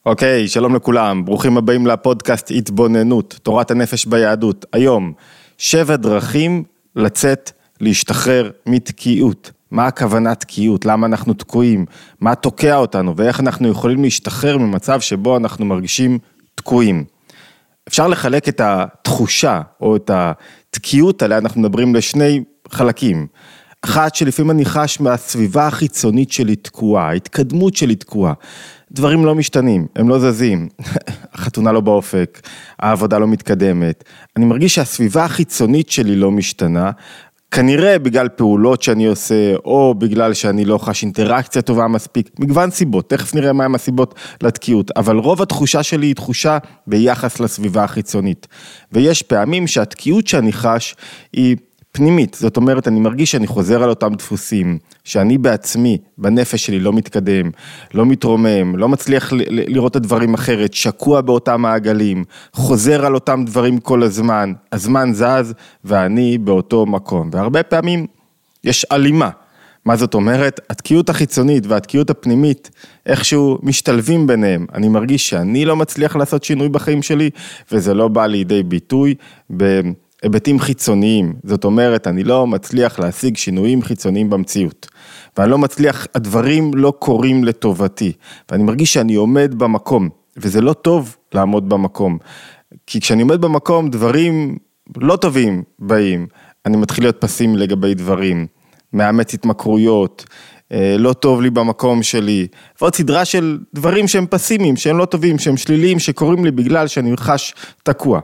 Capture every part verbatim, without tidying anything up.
אוקיי, שלום לכולם, ברוכים הבאים לפודקאסט התבוננות, תורת הנפש ביהדות. היום, שבע דרכים לצאת, להשתחרר מתקיעות. מה הכוונה תקיעות? למה אנחנו תקועים? מה תוקע אותנו? ואיך אנחנו יכולים להשתחרר ממצב שבו אנחנו מרגישים תקועים? אפשר לחלק את התחושה או את התקיעות עליה, אנחנו מדברים לשני חלקים. אחת שלפעמים אני חש מהסביבה החיצונית שלי תקועה, ההתקדמות שלי תקועה. דברים לא משתנים, הם לא זזים, החתונה לא באופק, העבודה לא מתקדמת. אני מרגיש שהסביבה החיצונית שלי לא משתנה, כנראה בגלל פעולות שאני עושה, או בגלל שאני לא חש אינטראקציה טובה מספיק, מגוון סיבות, תכף נראה מהם הסיבות לתקיעות, אבל רוב התחושה שלי היא תחושה ביחס לסביבה החיצונית. ויש פעמים שהתקיעות שאני חש היא פנימית, זאת אומרת, אני מרגיש שאני חוזר על אותם דפוסים, שאני בעצמי, בנפש שלי לא מתקדם, לא מתרומם, לא מצליח לראות את הדברים אחרת, שקוע באותם מעגלים, חוזר על אותם דברים כל הזמן, הזמן זז ואני באותו מקום. והרבה פעמים יש אלימה. מה זאת אומרת? התקיעות החיצונית והתקיעות הפנימית, איכשהו משתלבים ביניהם. אני מרגיש שאני לא מצליח לעשות שינוי בחיים שלי, וזה לא בא לידי ביטוי ב... היבטים חיצוניים, זאת אומרת, אני לא מצליח להשיג שינויים חיצוניים במציאות, ואני לא מצליח, הדברים לא קורים לטובתי, ואני מרגיש שאני עומד במקום, וזה לא טוב לעמוד במקום, כי כשאני עומד במקום, דברים לא טובים באים, אני מתחיל להיות פסימי לגבי דברים, מאמץ התמכרויות, לא טוב לי במקום שלי, ועוד סדרה של דברים שהם פסימיים, שהם לא טובים, שהם שליליים, שקורים לי בגלל שאני חש תקוע.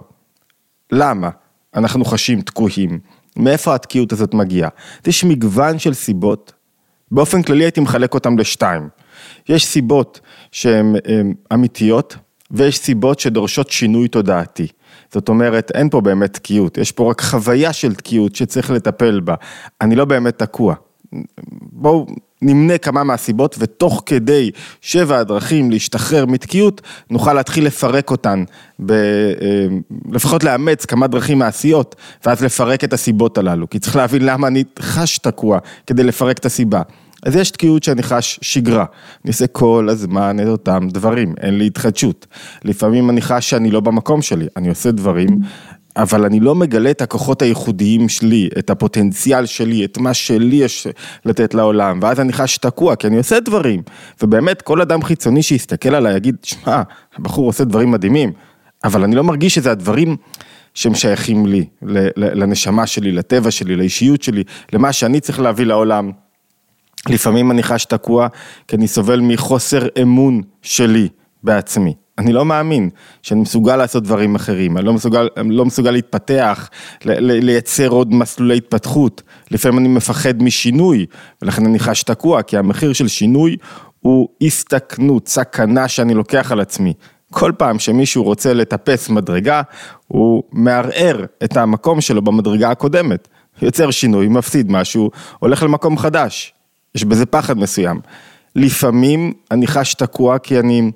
למה? אנחנו חשים תקועים. מאיפה התקיעות הזאת מגיעה? יש מגוון של סיבות, באופן כללי הייתי מחלק אותם לשתיים. יש סיבות שהן אמיתיות, ויש סיבות שדורשות שינוי תודעתי. זאת אומרת, אין פה באמת תקיעות, יש פה רק חוויה של תקיעות שצריך לטפל בה. אני לא באמת תקוע. בואו נמנה כמה מהסיבות, ותוך כדי שבע הדרכים להשתחרר מתקיעות, נוכל להתחיל לפרק אותן, ב, לפחות לאמץ כמה דרכים מעשיות, ואז לפרק את הסיבות הללו, כי צריך להבין למה אני חש תקוע, כדי לפרק את הסיבה. אז יש תקיעות שאני חש שגרה, אני עושה כל הזמן את אותם דברים, אין לי התחדשות. לפעמים אני חש שאני לא במקום שלי, אני עושה דברים, אבל אני לא מגלה את הכוחות הייחודיים שלי, את הפוטנציאל שלי, את מה שלי יש לתת לעולם, ואז אני חש תקוע, כי אני עושה דברים, ובאמת כל אדם חיצוני שיסתכל עליי, יגיד, שמע, הבחור עושה דברים מדהימים, אבל אני לא מרגיש שזה הדברים שהם שייכים לי, לנשמה שלי, לטבע שלי, לאישיות שלי, למה שאני צריך להביא לעולם. לפעמים אני חש תקוע, כי אני סובל מחוסר אמון שלי בעצמי. אני לא מאמין שאני מסוגל לעשות דברים אחרים, אני לא מסוגל, לא מסוגל להתפתח, לייצר עוד מסלולי התפתחות. לפעמים אני מפחד משינוי, ולכן אני חש תקוע, כי המחיר של שינוי הוא הסתכנות, סכנה שאני לוקח על עצמי. כל פעם שמישהו רוצה לטפס מדרגה, הוא מערער את המקום שלו במדרגה הקודמת. יוצר שינוי, מפסיד משהו, הולך למקום חדש. יש בזה פחד מסוים. לפעמים אני חש תקוע כי אני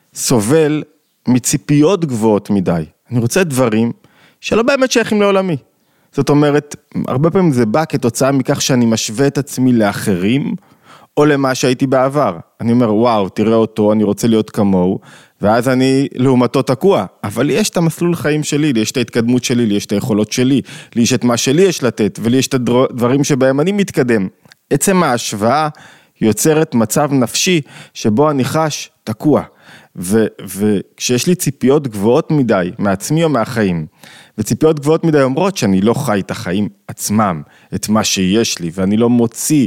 סובל מציפיות גבוהות מדי. אני רוצה דברים שלא באמת שייכים לעולמי. זאת אומרת, הרבה פעמים זה בא כתוצאה מכך שאני משווה את עצמי לאחרים, או למה שהייתי בעבר. אני אומר, וואו, תראה אותו, אני רוצה להיות כמוהו, ואז אני לעומתו תקוע. אבל לי יש את המסלול חיים שלי, לי יש את ההתקדמות שלי, לי יש את היכולות שלי, לי יש את מה שלי יש לתת, ולי יש את הדברים שבהם אני מתקדם. עצם ההשוואה יוצרת מצב נפשי שבו אני חש תקוע. ו- וכשיש לי ציפיות גבוהות מדי מעצמי או מהחיים, וציפיות גבוהות מדי אומרות שאני לא חי את החיים עצמם, את מה שיש לי, ואני לא מוציא,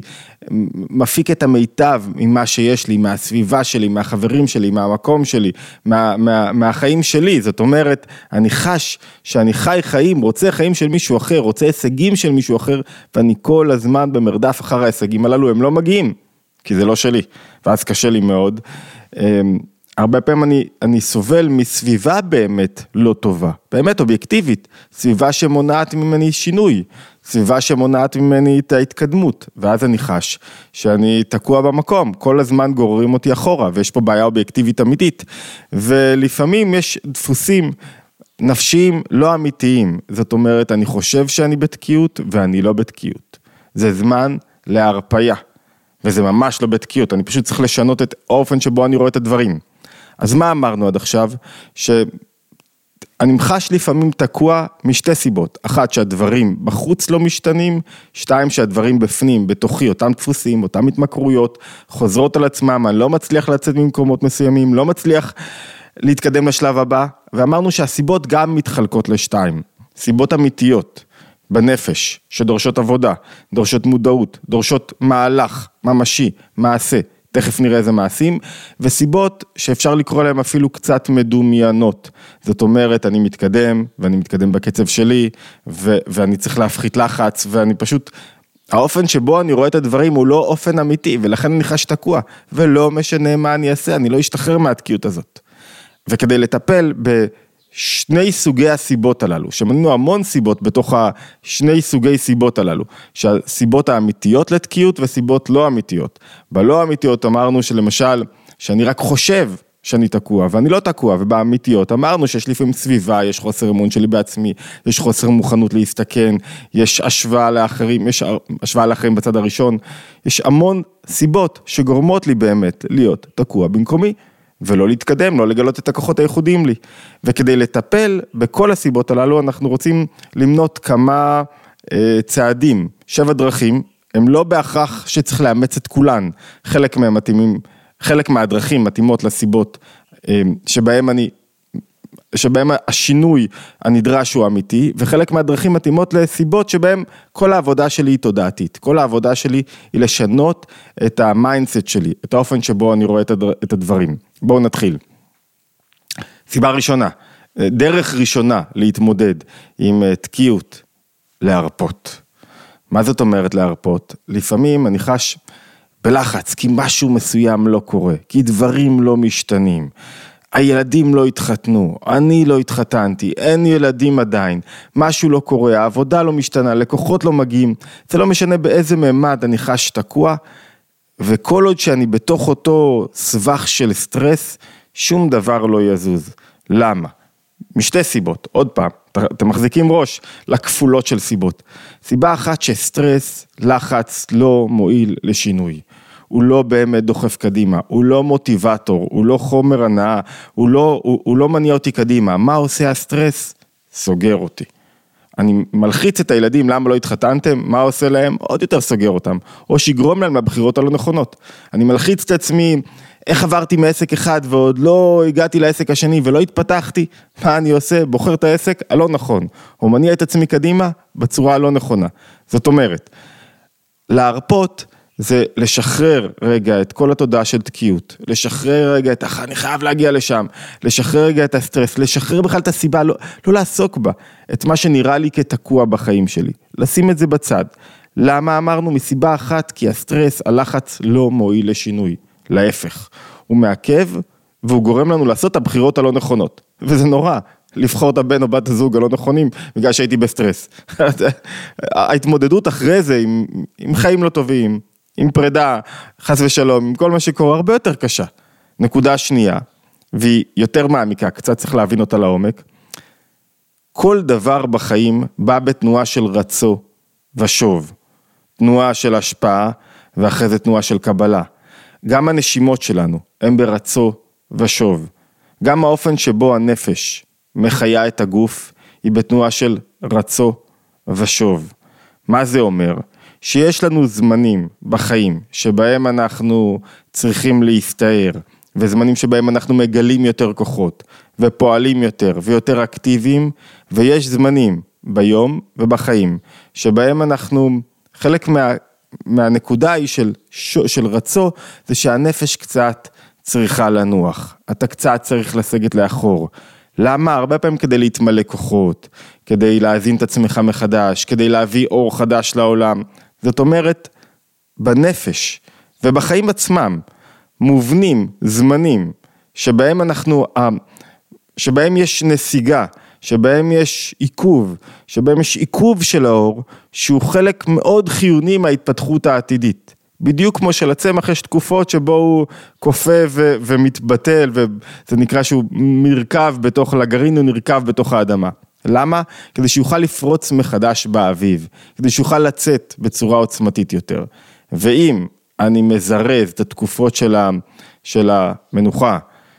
מפיק את המיטב ממה שיש לי, מהסביבה שלי, מהחברים שלי, מהמקום שלי, מה, מה, מהחיים שלי. זאת אומרת, אני חש שאני חי חיים, רוצה חיים של מישהו אחר, רוצה הישגים של מישהו אחר, ואני כל הזמן במרדף אחר ההישגים הללו, הם לא מגיעים, כי זה לא שלי, ואז קשה לי מאוד. הרבה פעמים אני, אני סובל מסביבה באמת לא טובה, באמת אובייקטיבית, סביבה שמונעת ממני שינוי, סביבה שמונעת ממני את ההתקדמות, ואז אני חש שאני תקוע במקום, כל הזמן גוררים אותי אחורה, ויש פה בעיה אובייקטיבית אמיתית, ולפעמים יש דפוסים נפשיים לא אמיתיים, זאת אומרת, אני חושב שאני בתקיעות, ואני לא בתקיעות. זה זמן להרפיה, וזה ממש לא בתקיעות, אני פשוט צריך לשנות את האופן שבו אני רואה את הדברים. אז מה אמרנו עד עכשיו? שאני מחש לפעמים תקוע משתי סיבות. אחת, שהדברים בחוץ לא משתנים, שתיים, שהדברים בפנים, בתוכי, אותם דפוסים, אותם התמכרויות, חוזרות על עצמם, אני לא מצליח לצאת ממקומות מסוימים, לא מצליח להתקדם לשלב הבא, ואמרנו שהסיבות גם מתחלקות לשתיים. סיבות אמיתיות בנפש, שדורשות עבודה, דורשות מודעות, דורשות מהלך, ממשי, מעשה, תכף נראה איזה מעשים, וסיבות שאפשר לקרוא להם אפילו קצת מדומיינות. זאת אומרת, אני מתקדם, ואני מתקדם בקצב שלי, ו- ואני צריך להפחית לחץ, ואני פשוט, האופן שבו אני רואה את הדברים הוא לא אופן אמיתי, ולכן אני חש תקוע, ולא משנה מה אני אעשה, אני לא אשתחרר מהתקיעות הזאת. וכדי לטפל בשני סוגי הסיבות הללו, שמנינו המון סיבות בתוך השני סוגי סיבות הללו, שהסיבות האמיתיות לתקיעות וסיבות לא אמיתיות. בלא אמיתיות אמרנו שלמשל, שאני רק חושב שאני תקוע, ואני לא תקוע, ובאמיתיות אמרנו שיש לפעמים סביבה, יש חוסר אמון שלי בעצמי, יש חוסר מוכנות להסתכן, יש השוואה לאחרים, יש השוואה לאחרים בצד הראשון, יש המון סיבות שגורמות לי באמת להיות תקוע במקומי, ולא להתקדם, לא לגלות את הכוחות הייחודיים לי. וכדי לטפל בכל הסיבות הללו, אנחנו רוצים למנות כמה אה, צעדים, שבע דרכים, הם לא בהכרח שצריך לאמץ את כולן, חלק מהם מתאימים, חלק מהדרכים מתאימות לסיבות אה, שבהם אני, שבהם השינוי הנדרש הוא אמיתי, וחלק מהדרכים מתאימות לסיבות שבהם כל העבודה שלי היא תודעתית, כל העבודה שלי היא לשנות את המיינדסט שלי, את האופן שבו אני רואה את הדברים. בואו נתחיל. סיבה ראשונה, דרך ראשונה להתמודד עם תקיעות, להרפות. מה זאת אומרת להרפות? לפעמים אני חש בלחץ, כי משהו מסוים לא קורה, כי דברים לא משתנים. הילדים לא התחתנו, אני לא התחתנתי, אין ילדים עדיין, משהו לא קורה, העבודה לא משתנה, לקוחות לא מגיעים, זה לא משנה באיזה ממד אני חש תקוע, וכל עוד שאני בתוך אותו סבך של סטרס, שום דבר לא יזוז. למה? משתי סיבות, עוד פעם, אתם מחזיקים ראש לכפולות של סיבות. סיבה אחת שסטרס, לחץ, לא מועיל לשינוי. הוא לא באמת דוחף קדימה, הוא לא מוטיבטור, הוא לא חומר הנאה, הוא לא, הוא, הוא לא מניע אותי קדימה. מה עושה הסטרס? סוגר אותי. אני מלחיץ את הילדים, למה לא התחתנתם? מה עושה להם? עוד יותר סוגר אותם. או שיגרום להם לבחירות הלא נכונות. אני מלחיץ את עצמי, איך עברתי מעסק אחד ועוד לא הגעתי לעסק השני ולא התפתחתי, מה אני עושה? בוחר את העסק הלא נכון. או מניע את עצמי קדימה בצורה הלא נכונה. זאת אומרת, להרפות, זה לשחרר רגע את כל התודעה של תקיעות, לשחרר רגע את, אני חייב להגיע לשם, לשחרר רגע את הסטרס, לשחרר בכלל את הסיבה, לא, לא לעסוק בה, את מה שנראה לי כתקוע בחיים שלי, לשים את זה בצד. למה אמרנו? מסיבה אחת, כי הסטרס, הלחץ לא מועיל לשינוי, להפך. הוא מעכב והוא גורם לנו לעשות את הבחירות הלא נכונות, וזה נורא. לבחור את הבן או בת הזוג הלא נכונים, בגלל שהייתי בסטרס. ההתמודדות אחרי זה, עם, עם חיים לא טובים, עם פרידה, חס ושלום, עם כל מה שקורה, הרבה יותר קשה. נקודה שנייה, והיא יותר מעמיקה, קצת צריך להבין אותה לעומק, כל דבר בחיים בא בתנועה של רצו ושוב, תנועה של השפעה, ואחרי זה תנועה של קבלה. גם הנשימות שלנו, הם ברצו ושוב. גם האופן שבו הנפש מחיה את הגוף, היא בתנועה של רצו ושוב. מה זה אומר? שיש לנו זמנים בחיים שבהם אנחנו צריכים להסתער, וזמנים שבהם אנחנו מגלים יותר כוחות, ופועלים יותר ויותר אקטיביים, ויש זמנים ביום ובחיים, שבהם אנחנו, חלק מה, מהנקודה היא של, של רצו, זה שהנפש קצת צריכה לנוח, אתה קצת צריך לסגת לאחור. למה? הרבה פעמים כדי להתמלא כוחות, כדי להזין את עצמך מחדש, כדי להביא אור חדש לעולם. זאת אומרת, בנפש ובחיים עצמם, מובנים, זמנים, שבהם אנחנו, שבהם יש נסיגה, שבהם יש עיכוב, שבהם יש עיכוב של האור, שהוא חלק מאוד חיוני מההתפתחות העתידית. בדיוק כמו שלצמח יש תקופות שבו הוא קופה ו- ומתבטל, וזה נקרא שהוא מרכב בתוך, לגרעין הוא נרכב בתוך האדמה. למה? כדי שיוכל לפרוץ מחדש באביב, כדי שיוכל לצאת בצורה עוצמתית יותר. ואם אני מזרז את התקופות של, ה- של המנוחה,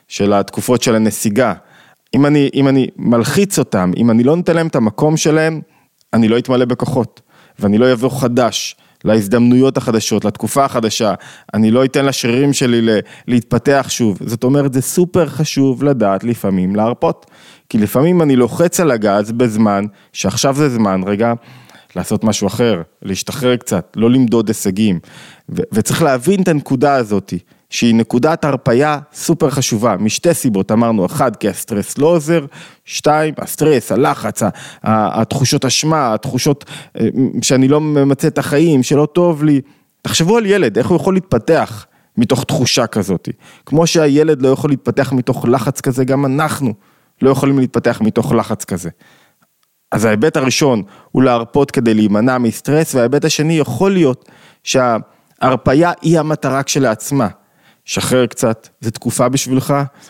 של התקופות של הנסיגה. אם אני, אם אני מלחיץ אותם, אם אני לא נותן להם את המקום שלהם, אני לא אתמלא בכוחות, ואני לא אבוא חדש להזדמנויות החדשות, לתקופה החדשה, אני לא אתן לשרירים שלי להתפתח שוב. זאת אומרת, זה סופר חשוב לדעת לפעמים להרפות, כי לפעמים אני לוחץ על הגז בזמן, שעכשיו זה זמן, רגע, לעשות משהו אחר, להשתחרר קצת, לא למדוד הישגים, ו- וצריך להבין את הנקודה הזאת, שהיא נקודת הרפיה סופר חשובה, משתי סיבות, אמרנו, אחד, כי הסטרס לא עוזר, שתיים, הסטרס, הלחץ, התחושות אשמה, התחושות שאני לא ממצא את החיים, שלא טוב לי, תחשבו על ילד, איך הוא יכול להתפתח מתוך תחושה כזאת, כמו שהילד לא יכול להתפתח מתוך לחץ כזה, גם אנחנו לא יכולים להתפתח מתוך לחץ כזה. אז ההיבט הראשון הוא להרפות כדי להימנע מסטרס, וההיבט השני יכול להיות שההרפיה היא המטרה כשלעצמה. שחרר קצת, זו תקופה בשבילך,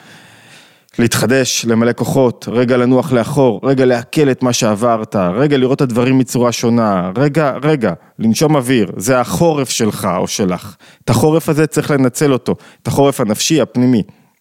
להתחדש, למלא כוחות, רגע לנוח לאחור, רגע להקל את מה שעברת, רגע לראות את הדברים מצורה שונה, רגע, רגע, לנשום אוויר, זה החורף שלך או שלך. את החורף הזה צריך לנצל אותו, את החורף הנפשי, הפנימי.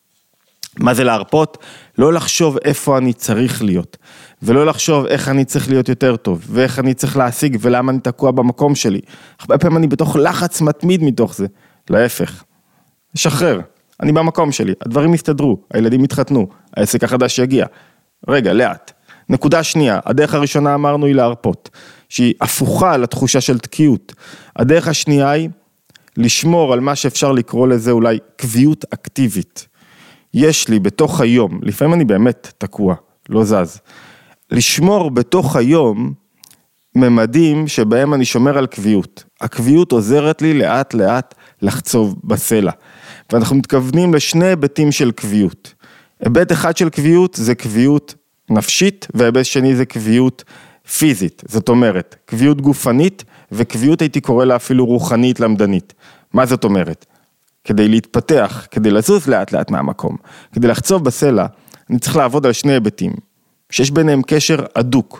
מה זה להרפות? לא לחשוב איפה אני צריך להיות, ולא לחשוב איך אני צריך להיות יותר טוב, ואיך אני צריך להשיג, ולמה אני תקוע במקום שלי. הרבה פעמים אני בתוך לחץ מתמיד מתוך זה, להפך. שחרר, אני במקום שלי, הדברים יסתדרו, הילדים יתחתנו, העסק החדש יגיע. רגע, לאט. נקודה שנייה, הדרך הראשונה אמרנו היא להרפות, שהיא הפוכה לתחושה של תקיעות. הדרך השנייה היא לשמור על מה שאפשר לקרוא לזה אולי קביעות אקטיבית. יש לי בתוך היום, לפעמים אני באמת תקוע, לא זז, לשמור בתוך היום ממדים שבהם אני שומר על קביעות. הקביעות עוזרת לי לאט לאט לחצוב בסלע. ואנחנו מתכוונים לשני היבטים של קביעות. היבט אחד של קביעות זה קביעות נפשית, והיבט שני זה קביעות פיזית. זאת אומרת, קביעות גופנית, וקביעות הייתי קורא לה אפילו רוחנית למדנית. מה זאת אומרת? כדי להתפתח, כדי לזוז לאט לאט מהמקום, כדי לחצוב בסלע, אני צריך לעבוד על שני היבטים, שיש ביניהם קשר הדוק,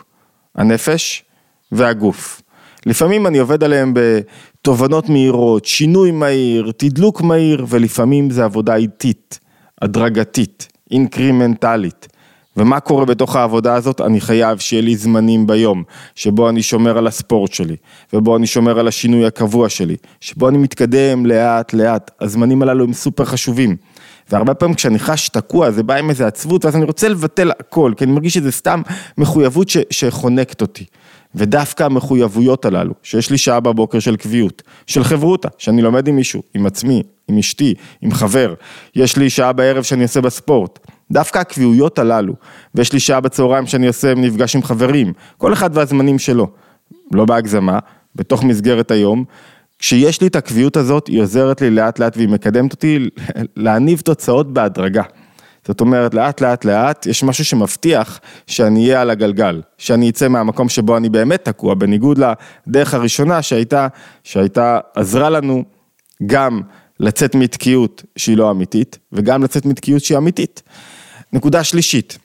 הנפש והגוף. לפעמים אני עובד עליהם בתובנות מהירות, שינוי מהיר, תדלוק מהיר, ולפעמים זה עבודה איטית, הדרגתית, אינקרימנטלית. ומה קורה בתוך העבודה הזאת? אני חייב שיהיה לי זמנים ביום, שבו אני שומר על הספורט שלי, ובו אני שומר על השינוי הקבוע שלי, שבו אני מתקדם לאט לאט. הזמנים הללו הם סופר חשובים. והרבה פעמים כשאני חש תקוע, זה בא עם איזה עצבות, ואז אני רוצה לבטל הכל, כי אני מרגיש שזה סתם מחויבות ש- שחונקת אותי. ודווקא המחויבויות הללו, שיש לי שעה בבוקר של קביעות, של חברותה, שאני לומד עם מישהו, עם עצמי, עם אשתי, עם חבר, יש לי שעה בערב שאני עושה בספורט, דווקא הקביעויות הללו, ויש לי שעה בצהריים שאני עושה נפגש עם חברים, כל אחד והזמנים שלו, לא בהגזמה, בתוך מסגרת היום, כשיש לי את הקביעות הזאת, היא עוזרת לי לאט לאט, והיא מקדמת אותי להניב תוצאות בהדרגה. זאת אומרת, לאט לאט לאט, יש משהו שמבטיח שאני אהיה על הגלגל, שאני אצא מהמקום שבו אני באמת תקוע, בניגוד לדרך הראשונה שהייתה, שהייתה עזרה לנו גם לצאת מתקיעות שהיא לא אמיתית, וגם לצאת מתקיעות שהיא אמיתית. נקודה שלישית,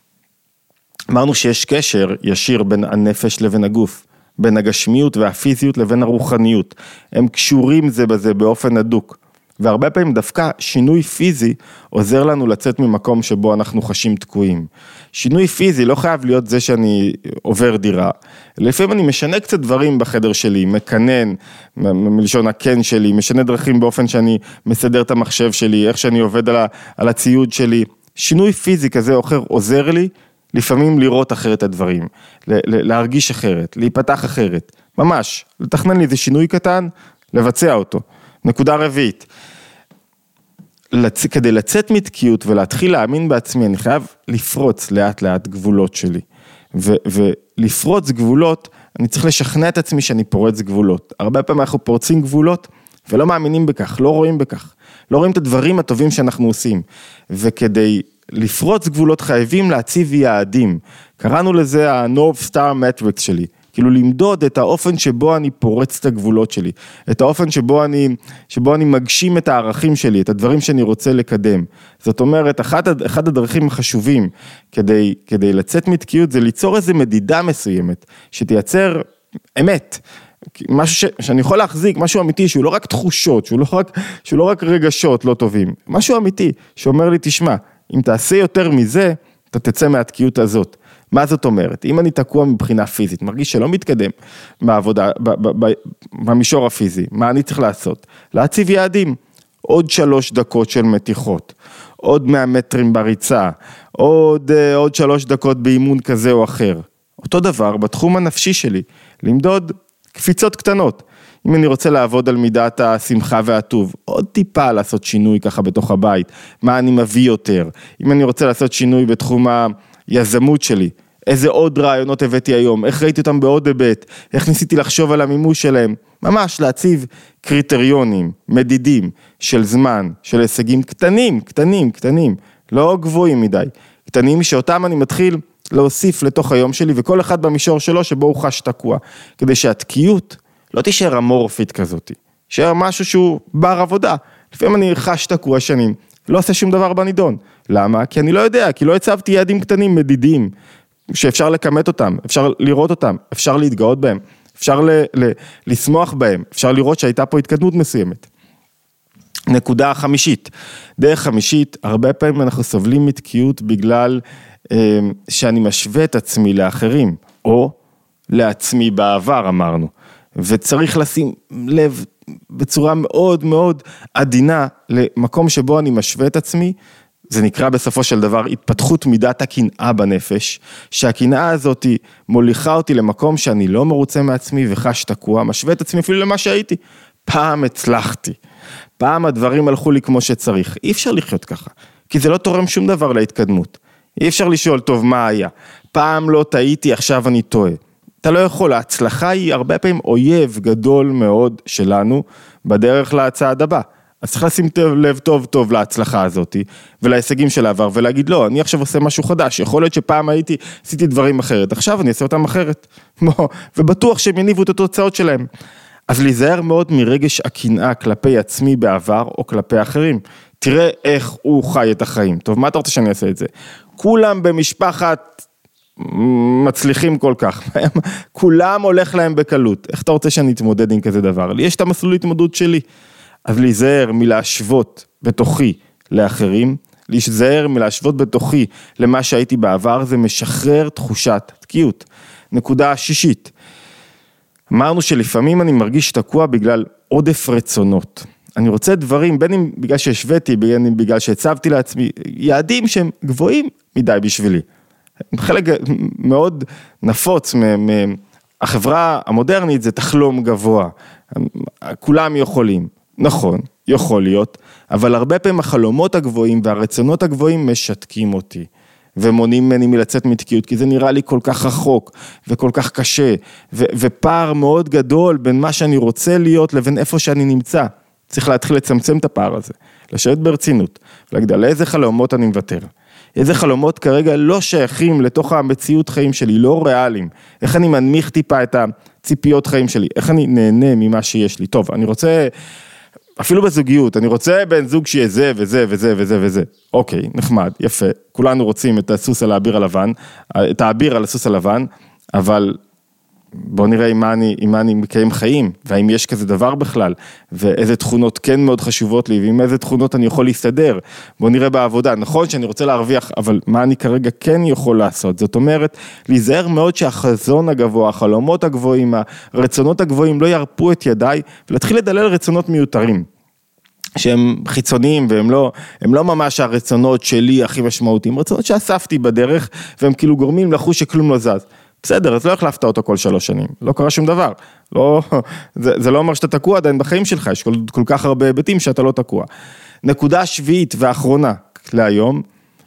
אמרנו שיש קשר ישיר בין הנפש לבין הגוף, בין הגשמיות והפיזיות לבין הרוחניות, הם קשורים זה בזה באופן הדוק, והרבה פעמים דווקא שינוי פיזי עוזר לנו לצאת ממקום שבו אנחנו חשים תקועים. שינוי פיזי לא חייב להיות זה שאני עובר דירה. לפעמים אני משנה קצת דברים בחדר שלי, מקנן, מלשון הקן שלי, משנה דרכים באופן שאני מסדר את המחשב שלי, איך שאני עובד על, ה, על הציוד שלי. שינוי פיזי כזה או אחר עוזר לי לפעמים לראות אחרת את הדברים, להרגיש אחרת, להיפתח אחרת. ממש, לתכנן לי איזה שינוי קטן, לבצע אותו. נקודה רביעית, לצ... כדי לצאת מתקיעות ולהתחיל להאמין בעצמי, אני חייב לפרוץ לאט לאט גבולות שלי, ו... ולפרוץ גבולות, אני צריך לשכנע את עצמי שאני פורץ גבולות. הרבה פעמים אנחנו פורצים גבולות, ולא מאמינים בכך, לא רואים בכך, לא רואים את הדברים הטובים שאנחנו עושים, וכדי לפרוץ גבולות חייבים להציב יעדים, קראנו לזה ה-North Star Metrics שלי, כאילו למדוד את האופן שבו אני פורץ את הגבולות שלי, את האופן שבו אני, שבו אני מגשים את הערכים שלי, את הדברים שאני רוצה לקדם. זאת אומרת, אחד, אחד הדרכים החשובים כדי, כדי לצאת מתקיעות, זה ליצור איזו מדידה מסוימת, שתייצר אמת, משהו ש, שאני יכול להחזיק, משהו אמיתי, שהוא לא רק תחושות, שהוא לא רק, שהוא לא רק רגשות לא טובים, משהו אמיתי, שאומר לי, תשמע, אם תעשה יותר מזה, אתה תצא מהתקיעות הזאת. מה זאת אומרת? אם אני תקוע מבחינה פיזית, מרגיש שלא מתקדם בעבודה, במישור הפיזי, מה אני צריך לעשות? להציב יעדים, עוד שלוש דקות של מתיחות, עוד מאה מטרים בריצה, עוד, עוד שלוש דקות באימון כזה או אחר. אותו דבר בתחום הנפשי שלי, למדוד קפיצות קטנות. אם אני רוצה לעבוד על מידת השמחה והטוב, עוד טיפה לעשות שינוי ככה בתוך הבית, מה אני מביא יותר. אם אני רוצה לעשות שינוי בתחום היזמות שלי, איזה עוד רעיונות הבאתי היום, איך ראיתי אותם בעוד היבט, איך ניסיתי לחשוב על המימוש שלהם, ממש להציב קריטריונים, מדידים של זמן, של הישגים קטנים, קטנים, קטנים, לא גבוהים מדי, קטנים שאותם אני מתחיל להוסיף לתוך היום שלי, וכל אחד במישור שלו שבו הוא חש תקוע, כדי שהתקיעות לא תישאר אמורפית כזאת, תישאר משהו שהוא בר עבודה, לפעמים אני חש תקוע שנים, לא עושה שום דבר בנידון, למה? כי אני לא יודע, כי לא הצבתי יעדים קטנים, מדידים, שאפשר לקמת אותם, אפשר לראות אותם, אפשר להתגאות בהם, אפשר ל- ל- לשמוח בהם, אפשר לראות שהייתה פה התקדמות מסוימת. נקודה חמישית, דרך חמישית, הרבה פעמים אנחנו סובלים מתקיעות בגלל אה, שאני משווה את עצמי לאחרים, או לעצמי בעבר אמרנו, וצריך לשים לב בצורה מאוד מאוד עדינה למקום שבו אני משווה את עצמי, זה נקרא בסופו של דבר התפתחות מידת הקנאה בנפש, שהקנאה הזאת מוליכה אותי למקום שאני לא מרוצה מעצמי וחש תקוע, משווה את עצמי אפילו למה שהייתי. פעם הצלחתי, פעם הדברים הלכו לי כמו שצריך, אי אפשר לחיות ככה, כי זה לא תורם שום דבר להתקדמות, אי אפשר לשאול טוב מה היה, פעם לא טעיתי עכשיו אני טועה, אתה לא יכול, ההצלחה היא הרבה פעמים אויב גדול מאוד שלנו בדרך לצעד הבא, אז צריך לשים לב טוב טוב להצלחה הזאת, ולהישגים של העבר, ולהגיד לא, אני עכשיו עושה משהו חדש, יכול להיות שפעם הייתי, עשיתי דברים אחרת, עכשיו אני אעשה אותם אחרת, ובטוח שהם יניבו את התוצאות שלהם. אז להיזהר מאוד מרגש הקנאה כלפי עצמי בעבר, או כלפי אחרים. תראה איך הוא חי את החיים. טוב, מה אתה רוצה שאני אעשה את זה? כולם במשפחת מצליחים כל כך, כולם הולך להם בקלות. איך אתה רוצה שאני אתמודד עם כזה דבר? לי יש את המסלול התמודדות שלי. אז להיזהר מלהשוות בתוכי לאחרים, להיזהר מלהשוות בתוכי למה שהייתי בעבר, זה משחרר תחושת תקיעות. נקודה שישית, אמרנו שלפעמים אני מרגיש תקוע בגלל עודף רצונות. אני רוצה דברים, בין אם בגלל שהשוויתי, בין אם בגלל שהצבתי לעצמי, יעדים שהם גבוהים מדי בשבילי. חלק מאוד נפוץ מהחברה המודרנית זה תחלום גבוה. כולם יכולים. נכון, יכול להיות, אבל הרבה פעמים החלומות הגבוהים והרצונות הגבוהים משתקים אותי, ומונעים ממני מלצאת מתקיעות, כי זה נראה לי כל כך רחוק, וכל כך קשה, ו- ופער מאוד גדול בין מה שאני רוצה להיות, לבין איפה שאני נמצא. צריך להתחיל לצמצם את הפער הזה, לשבת ברצינות, להגיד על איזה חלומות אני מוותר, איזה חלומות כרגע לא שייכים לתוך המציאות חיים שלי, לא ריאליים, איך אני מנמיך טיפה את הציפיות חיים שלי, איך אני נהנה ממה שיש לי. טוב, אני רוצה... אפילו בזוגיות, אני רוצה בן זוג שיהיה זה וזה וזה וזה וזה. אוקיי, נחמד, יפה. כולנו רוצים את הסוס על האביר הלבן, את האביר על הסוס הלבן, אבל בוא נראה עם מה אני, עם מה אני מקיים חיים, והאם יש כזה דבר בכלל, ואיזה תכונות כן מאוד חשובות לי, ועם איזה תכונות אני יכול להסתדר. בוא נראה בעבודה, נכון שאני רוצה להרוויח, אבל מה אני כרגע כן יכול לעשות? זאת אומרת, להיזהר מאוד שהחזון הגבוה, החלומות הגבוהים, הרצונות הגבוהים לא ירפו את ידיי, ולהתחיל לדלל רצונות מיותרים. שהם חיצוניים והם לא, הם לא ממש הרצונות שלי הכי משמעותיים, רצונות שאספתי בדרך, והם כאילו גורמים לחוש שכלום לא זז. בסדר, אז לא החלפת אותו כל שלוש שנים, לא קרה שום דבר, לא, זה, זה לא אומר שאתה תקוע עדיין בחיים שלך, יש כל, כל כך הרבה היבטים שאתה לא תקוע. נקודה שביעית ואחרונה להיום,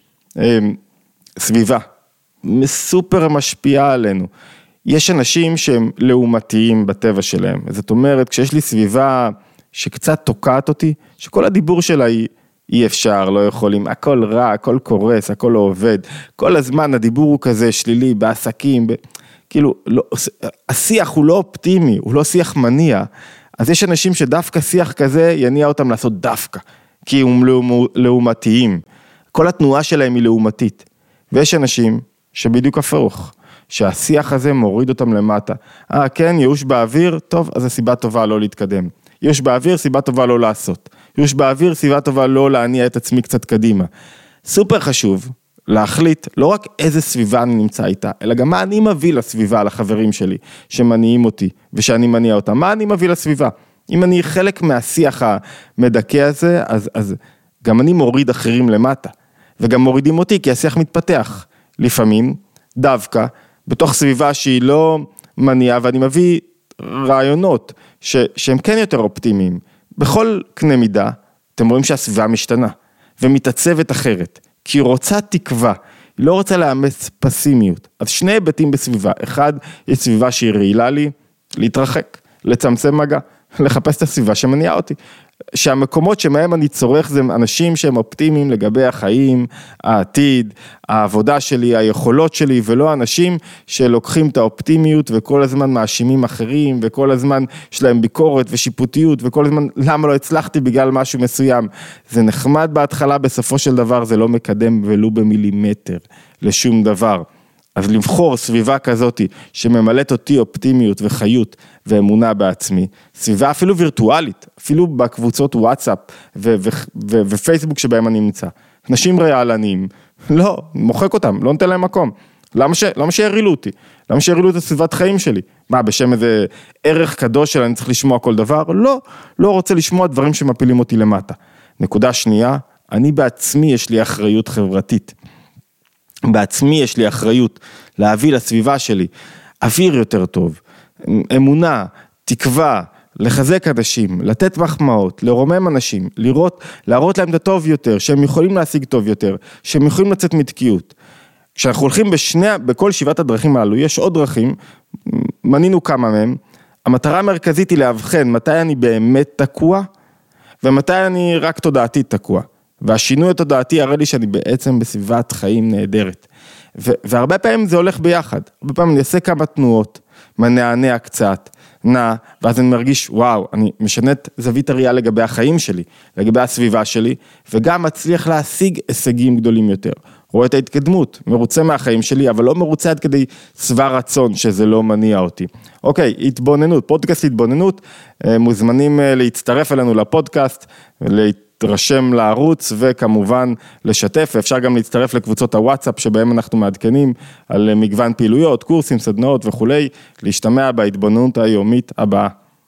סביבה, סופר משפיעה עלינו. יש אנשים שהם לעומתיים בטבע שלהם, זאת אומרת, כשיש לי סביבה שקצת תוקעת אותי, שכל הדיבור שלה היא, אי אפשר, לא יכולים, הכל רע, הכל קורס, הכל לא עובד, כל הזמן הדיבור הוא כזה שלילי, בעסקים, ב... כאילו, לא, השיח הוא לא אופטימי, הוא לא שיח מניע, אז יש אנשים שדווקא שיח כזה יניע אותם לעשות דווקא, כי הם לעומתיים, כל התנועה שלהם היא לעומתית, ויש אנשים שבדיוק הפוך, שהשיח הזה מוריד אותם למטה, אה כן, ייאוש באוויר, טוב, אז הסיבה טובה לא להתקדם, ייאוש באוויר, סיבה טובה לא לעשות, ייאוש באוויר, סיבה טובה לא להניע את עצמי קצת קדימה. סופר חשוב להחליט לא רק איזה סביבה אני נמצא איתה, אלא גם מה אני מביא לסביבה, לחברים שלי, שמניעים אותי, ושאני מניע אותם, מה אני מביא לסביבה. אם אני חלק מהשיח המדכא הזה, אז, אז גם אני מוריד אחרים למטה, וגם מורידים אותי, כי השיח מתפתח. לפעמים, דווקא, בתוך סביבה שהיא לא מניעה, ואני מביא רעיונות ש, שהם כן יותר אופטימיים. בכל קנה מידה, אתם רואים שהסביבה משתנה, ומתעצבת אחרת, כי היא רוצה תקווה, היא לא רוצה לאמץ פסימיות. אז שני היבטים בסביבה, אחד, יש סביבה שהיא רעילה לי, להתרחק, לצמצם מגע, לחפש את הסביבה שמניעה אותי. שהמקומות שמהם אני צורך זה אנשים שהם אופטימיים לגבי החיים, העתיד, העבודה שלי, היכולות שלי, ולא אנשים שלוקחים את האופטימיות וכל הזמן מאשימים אחרים, וכל הזמן יש להם ביקורת ושיפוטיות, וכל הזמן למה לא הצלחתי בגלל משהו מסוים. זה נחמד בהתחלה, בסופו של דבר זה לא מקדם ולו במילימטר לשום דבר. אז לבחור סביבה כזאת שממלאת אותי אופטימיות וחיות ואמונה בעצמי, סביבה אפילו וירטואלית, אפילו בקבוצות וואטסאפ ו- ו- ו- ופייסבוק שבהם אני נמצא. אנשים ריאלניים, לא, מוחק אותם, לא נותן להם מקום. למה, ש- למה שירילו אותי? למה שירילו את הסביבת חיים שלי? מה, בשם איזה ערך קדוש שלה אני צריך לשמוע כל דבר? לא, לא רוצה לשמוע דברים שמפילים אותי למטה. נקודה שנייה, אני בעצמי יש לי אחריות חברתית. בעצמי יש לי אחריות להביא לסביבה שלי אוויר יותר טוב, אמונה, תקווה, לחזק אנשים, לתת מחמאות, לרומם אנשים, לראות, להראות להם את הטוב יותר, שהם יכולים להשיג טוב יותר, שהם יכולים לצאת מתקיעות. כשאנחנו הולכים בשני, בכל שבעת הדרכים הללו, יש עוד דרכים, מנינו כמה מהם, המטרה המרכזית היא להבחן מתי אני באמת תקוע, ומתי אני רק תודעתית תקוע. והשינוי התודעתי יראה לי שאני בעצם בסביבת חיים נהדרת. ו- והרבה פעמים זה הולך ביחד. הרבה פעמים אני אעשה כמה תנועות, מנענע קצת, נע, ואז אני מרגיש, וואו, אני משנה את זווית הראייה לגבי החיים שלי, לגבי הסביבה שלי, וגם מצליח להשיג הישגים גדולים יותר. רואה את ההתקדמות, מרוצה מהחיים שלי, אבל לא מרוצה עד כדי שבע רצון שזה לא מניע אותי. אוקיי, התבוננות, פודקאסט התבוננות, מוזמנים להצטרף אלינו לפודקאסט, להתרשם לערוץ וכמובן לשתף, אפשר גם להצטרף לקבוצות הוואטסאפ שבהם אנחנו מעדכנים על מגוון פעילויות, קורסים, סדנאות וכולי, להשתמע בהתבוננות היומית הבאה.